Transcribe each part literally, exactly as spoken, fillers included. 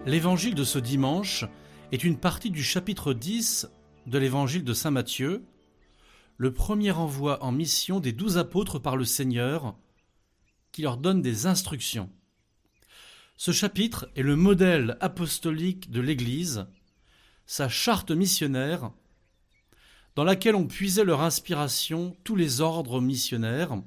L'évangile de ce dimanche est une partie du chapitre dix de l'évangile de saint Matthieu, le premier envoi en mission des douze apôtres par le Seigneur, qui leur donne des instructions. Ce chapitre est le modèle apostolique de l'Église, sa charte missionnaire, dans laquelle ont puisé leur inspiration tous les ordres missionnaires.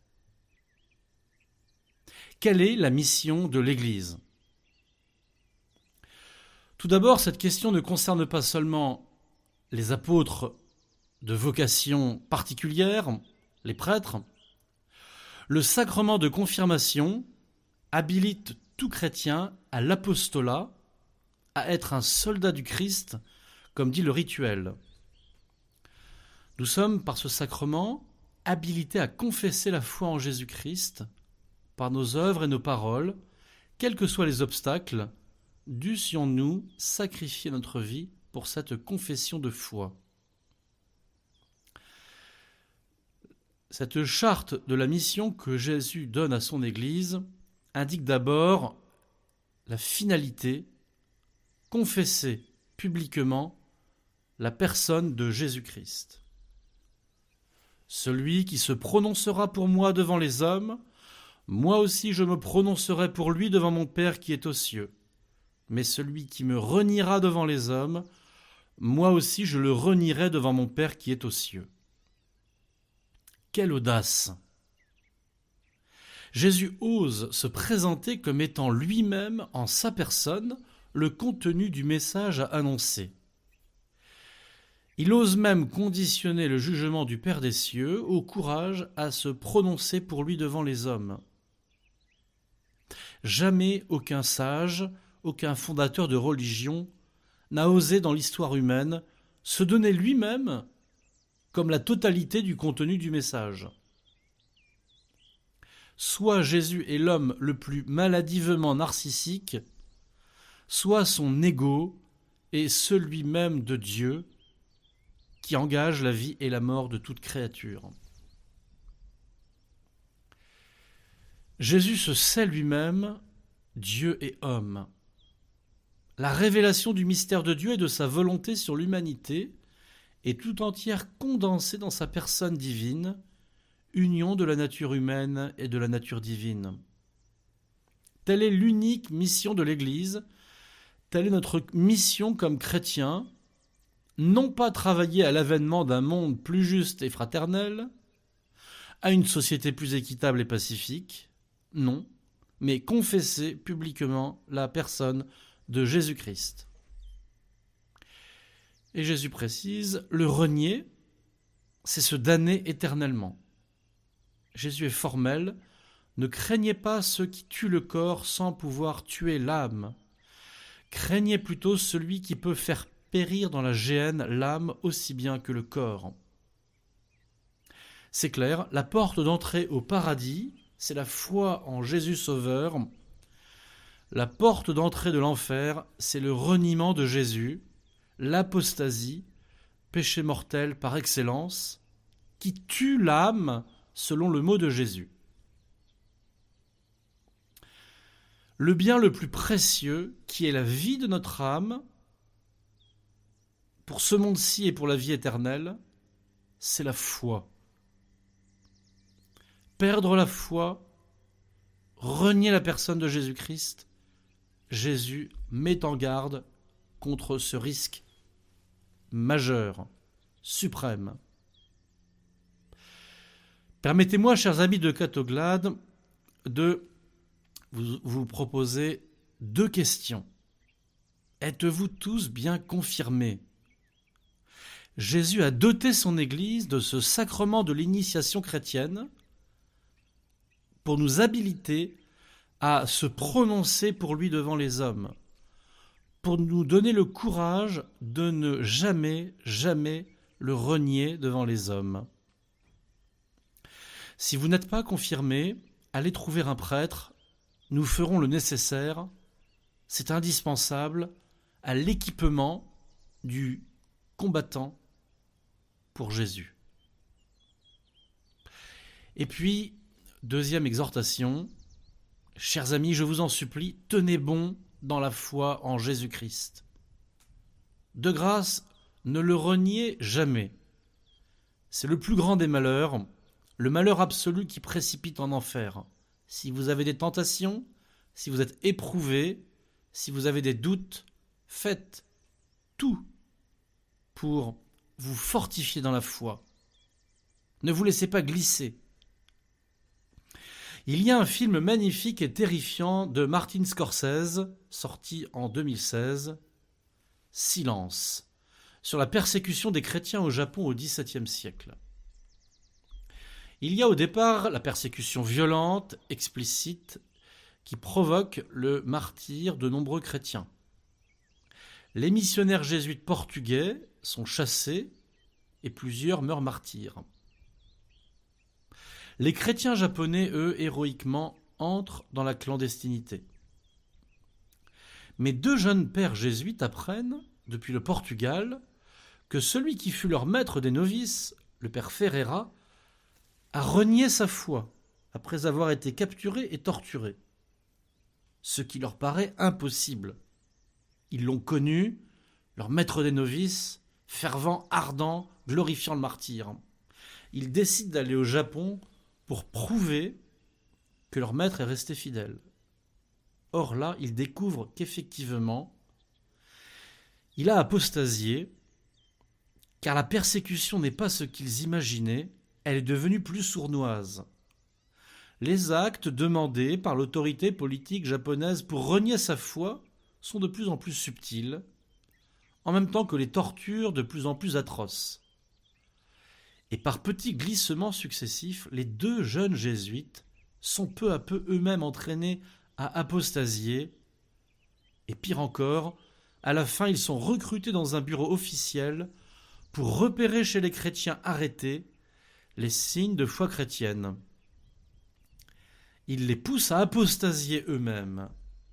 Quelle est la mission de l'Église ? Tout d'abord, cette question ne concerne pas seulement les apôtres de vocation particulière, les prêtres. Le sacrement de confirmation habilite tout chrétien à l'apostolat, à être un soldat du Christ, comme dit le rituel. Nous sommes, par ce sacrement, habilités à confesser la foi en Jésus-Christ, par nos œuvres et nos paroles, quels que soient les obstacles, dussions-nous sacrifier notre vie pour cette confession de foi. Cette charte de la mission que Jésus donne à son Église indique d'abord la finalité, confesser publiquement la personne de Jésus-Christ. Celui qui se prononcera pour moi devant les hommes, moi aussi je me prononcerai pour lui devant mon Père qui est aux cieux. Mais celui qui me reniera devant les hommes, moi aussi je le renierai devant mon Père qui est aux cieux. Quelle audace! Jésus ose se présenter comme étant lui-même, en sa personne, le contenu du message à annoncer. Il ose même conditionner le jugement du Père des cieux au courage à se prononcer pour lui devant les hommes. Jamais aucun sage, aucun fondateur de religion n'a osé dans l'histoire humaine se donner lui-même comme la totalité du contenu du message. Soit Jésus est l'homme le plus maladivement narcissique, soit son ego est celui même de Dieu qui engage la vie et la mort de toute créature. Jésus se sait lui-même Dieu et homme. La révélation du mystère de Dieu et de sa volonté sur l'humanité est tout entière condensée dans sa personne divine, union de la nature humaine et de la nature divine. Telle est l'unique mission de l'Église, telle est notre mission comme chrétiens, non pas travailler à l'avènement d'un monde plus juste et fraternel, à une société plus équitable et pacifique, non, mais confesser publiquement la personne de Jésus-Christ. Et Jésus précise, le renier, c'est se damner éternellement. Jésus est formel, ne craignez pas ceux qui tuent le corps sans pouvoir tuer l'âme. Craignez plutôt celui qui peut faire périr dans la géhenne l'âme aussi bien que le corps. C'est clair, la porte d'entrée au paradis, c'est la foi en Jésus Sauveur. La porte d'entrée de l'enfer, c'est le reniement de Jésus, l'apostasie, péché mortel par excellence, qui tue l'âme selon le mot de Jésus. Le bien le plus précieux, qui est la vie de notre âme, pour ce monde-ci et pour la vie éternelle, c'est la foi. Perdre la foi, renier la personne de Jésus-Christ, Jésus met en garde contre ce risque majeur, suprême. Permettez-moi, chers amis de Catoglade, de vous, vous proposer deux questions. Êtes-vous tous bien confirmés ? Jésus a doté son Église de ce sacrement de l'initiation chrétienne pour nous habiliter à se prononcer pour lui devant les hommes, pour nous donner le courage de ne jamais, jamais le renier devant les hommes. Si vous n'êtes pas confirmé, allez trouver un prêtre, nous ferons le nécessaire, c'est indispensable à l'équipement du combattant pour Jésus. Et puis, deuxième exhortation, chers amis, je vous en supplie, tenez bon dans la foi en Jésus-Christ. De grâce, ne le reniez jamais. C'est le plus grand des malheurs, le malheur absolu qui précipite en enfer. Si vous avez des tentations, si vous êtes éprouvé, si vous avez des doutes, faites tout pour vous fortifier dans la foi. Ne vous laissez pas glisser. Il y a un film magnifique et terrifiant de Martin Scorsese, sorti en deux mille seize, Silence, sur la persécution des chrétiens au Japon au dix-septième siècle. Il y a au départ la persécution violente, explicite, qui provoque le martyre de nombreux chrétiens. Les missionnaires jésuites portugais sont chassés et plusieurs meurent martyrs. Les chrétiens japonais, eux, héroïquement, entrent dans la clandestinité. Mais deux jeunes pères jésuites apprennent, depuis le Portugal, que celui qui fut leur maître des novices, le père Ferreira, a renié sa foi après avoir été capturé et torturé. Ce qui leur paraît impossible. Ils l'ont connu, leur maître des novices, fervent, ardent, glorifiant le martyr. Ils décident d'aller au Japon pour prouver que leur maître est resté fidèle. Or là, ils découvrent qu'effectivement, il a apostasié, car la persécution n'est pas ce qu'ils imaginaient, elle est devenue plus sournoise. Les actes demandés par l'autorité politique japonaise pour renier sa foi sont de plus en plus subtils, en même temps que les tortures de plus en plus atroces. Et par petits glissements successifs, les deux jeunes jésuites sont peu à peu eux-mêmes entraînés à apostasier, et pire encore, à la fin ils sont recrutés dans un bureau officiel pour repérer chez les chrétiens arrêtés les signes de foi chrétienne. Ils les poussent à apostasier eux-mêmes.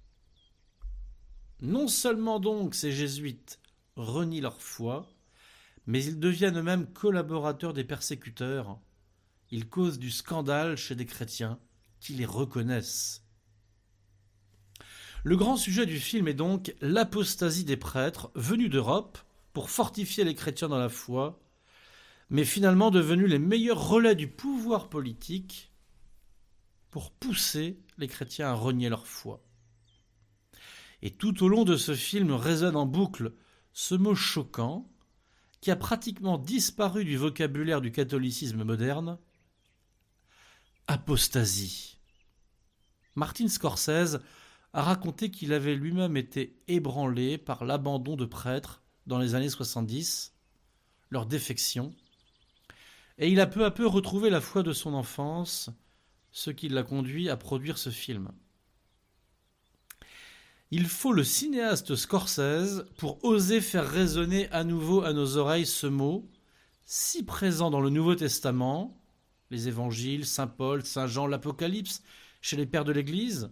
Non seulement donc ces jésuites renient leur foi, mais ils deviennent eux-mêmes collaborateurs des persécuteurs. Ils causent du scandale chez des chrétiens qui les reconnaissent. Le grand sujet du film est donc l'apostasie des prêtres venus d'Europe pour fortifier les chrétiens dans la foi, mais finalement devenus les meilleurs relais du pouvoir politique pour pousser les chrétiens à renier leur foi. Et tout au long de ce film résonne en boucle ce mot choquant qui a pratiquement disparu du vocabulaire du catholicisme moderne, apostasie. Martin Scorsese a raconté qu'il avait lui-même été ébranlé par l'abandon de prêtres dans les années soixante-dix, leur défection, et il a peu à peu retrouvé la foi de son enfance, ce qui l'a conduit à produire ce film. Il faut le cinéaste Scorsese pour oser faire résonner à nouveau à nos oreilles ce mot, si présent dans le Nouveau Testament, les évangiles, saint Paul, saint Jean, l'Apocalypse, chez les pères de l'Église,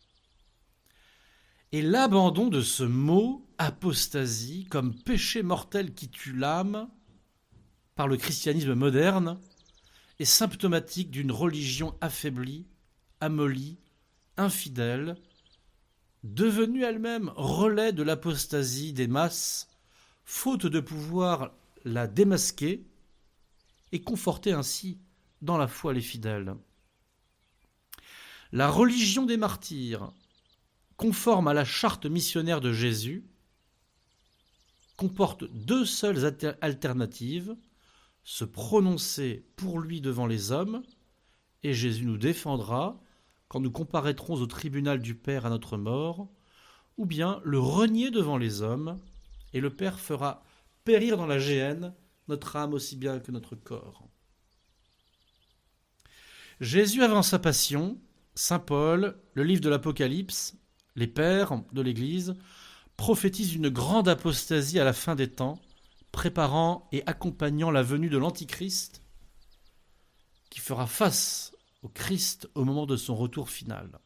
et l'abandon de ce mot apostasie comme péché mortel qui tue l'âme par le christianisme moderne est symptomatique d'une religion affaiblie, amollie, infidèle, devenue elle-même relais de l'apostasie des masses, faute de pouvoir la démasquer et conforter ainsi dans la foi les fidèles. La religion des martyrs, conforme à la charte missionnaire de Jésus, comporte deux seules alter- alternatives, se prononcer pour lui devant les hommes, et Jésus nous défendra quand nous comparaîtrons au tribunal du Père à notre mort, ou bien le renier devant les hommes, et le Père fera périr dans la géhenne notre âme aussi bien que notre corps. Jésus avant sa passion, saint Paul, le livre de l'Apocalypse, les pères de l'Église prophétisent une grande apostasie à la fin des temps, préparant et accompagnant la venue de l'Antichrist, qui fera face au Christ au moment de son retour final.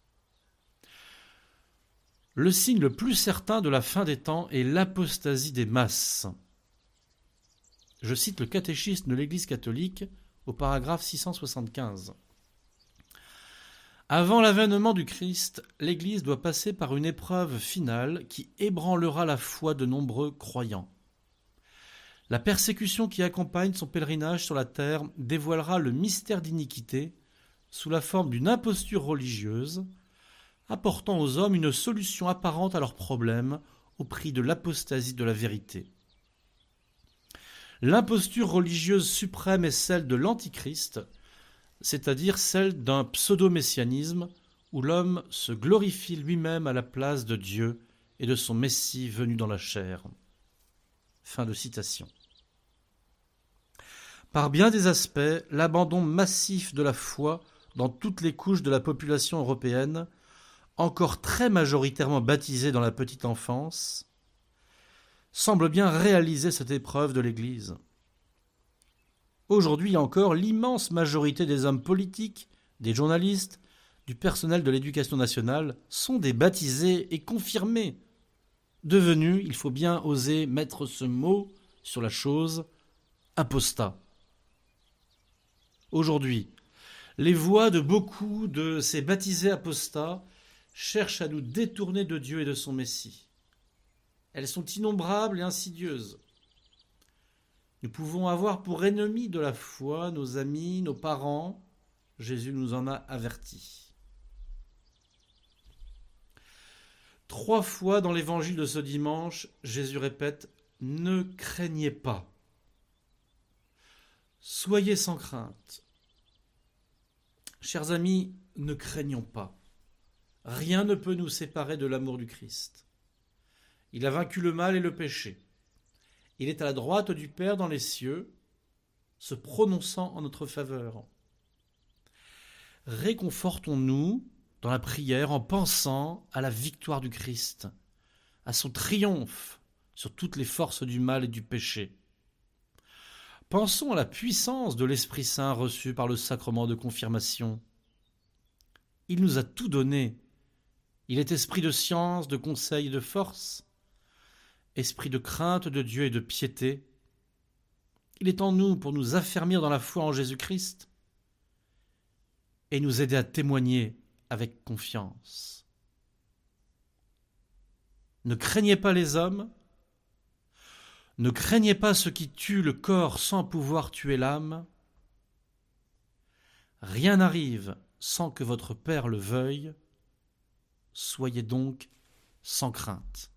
Le signe le plus certain de la fin des temps est l'apostasie des masses. Je cite le catéchisme de l'Église catholique au paragraphe six cent soixante-quinze. Avant l'avènement du Christ, l'Église doit passer par une épreuve finale qui ébranlera la foi de nombreux croyants. La persécution qui accompagne son pèlerinage sur la terre dévoilera le mystère d'iniquité sous la forme d'une imposture religieuse, apportant aux hommes une solution apparente à leurs problèmes au prix de l'apostasie de la vérité. L'imposture religieuse suprême est celle de l'Antichrist, c'est-à-dire celle d'un pseudo-messianisme où l'homme se glorifie lui-même à la place de Dieu et de son Messie venu dans la chair. Fin de citation. Par bien des aspects, l'abandon massif de la foi dans toutes les couches de la population européenne, encore très majoritairement baptisée dans la petite enfance, semble bien réaliser cette épreuve de l'Église. Aujourd'hui encore, l'immense majorité des hommes politiques, des journalistes, du personnel de l'éducation nationale sont des baptisés et confirmés, devenus, il faut bien oser mettre ce mot sur la chose, apostats. Aujourd'hui, les voix de beaucoup de ces baptisés apostats cherchent à nous détourner de Dieu et de son Messie. Elles sont innombrables et insidieuses. Nous pouvons avoir pour ennemis de la foi nos amis, nos parents. Jésus nous en a avertis. Trois fois dans l'évangile de ce dimanche, Jésus répète « Ne craignez pas ». Soyez sans crainte. Chers amis, ne craignons pas. Rien ne peut nous séparer de l'amour du Christ. Il a vaincu le mal et le péché. Il est à la droite du Père dans les cieux, se prononçant en notre faveur. Réconfortons-nous dans la prière en pensant à la victoire du Christ, à son triomphe sur toutes les forces du mal et du péché. Pensons à la puissance de l'Esprit Saint reçu par le sacrement de confirmation. Il nous a tout donné. Il est esprit de science, de conseil et de force, esprit de crainte de Dieu et de piété. Il est en nous pour nous affermir dans la foi en Jésus-Christ et nous aider à témoigner avec confiance. Ne craignez pas les hommes, ne craignez pas ceux qui tuent le corps sans pouvoir tuer l'âme. Rien n'arrive sans que votre Père le veuille. Soyez donc sans crainte.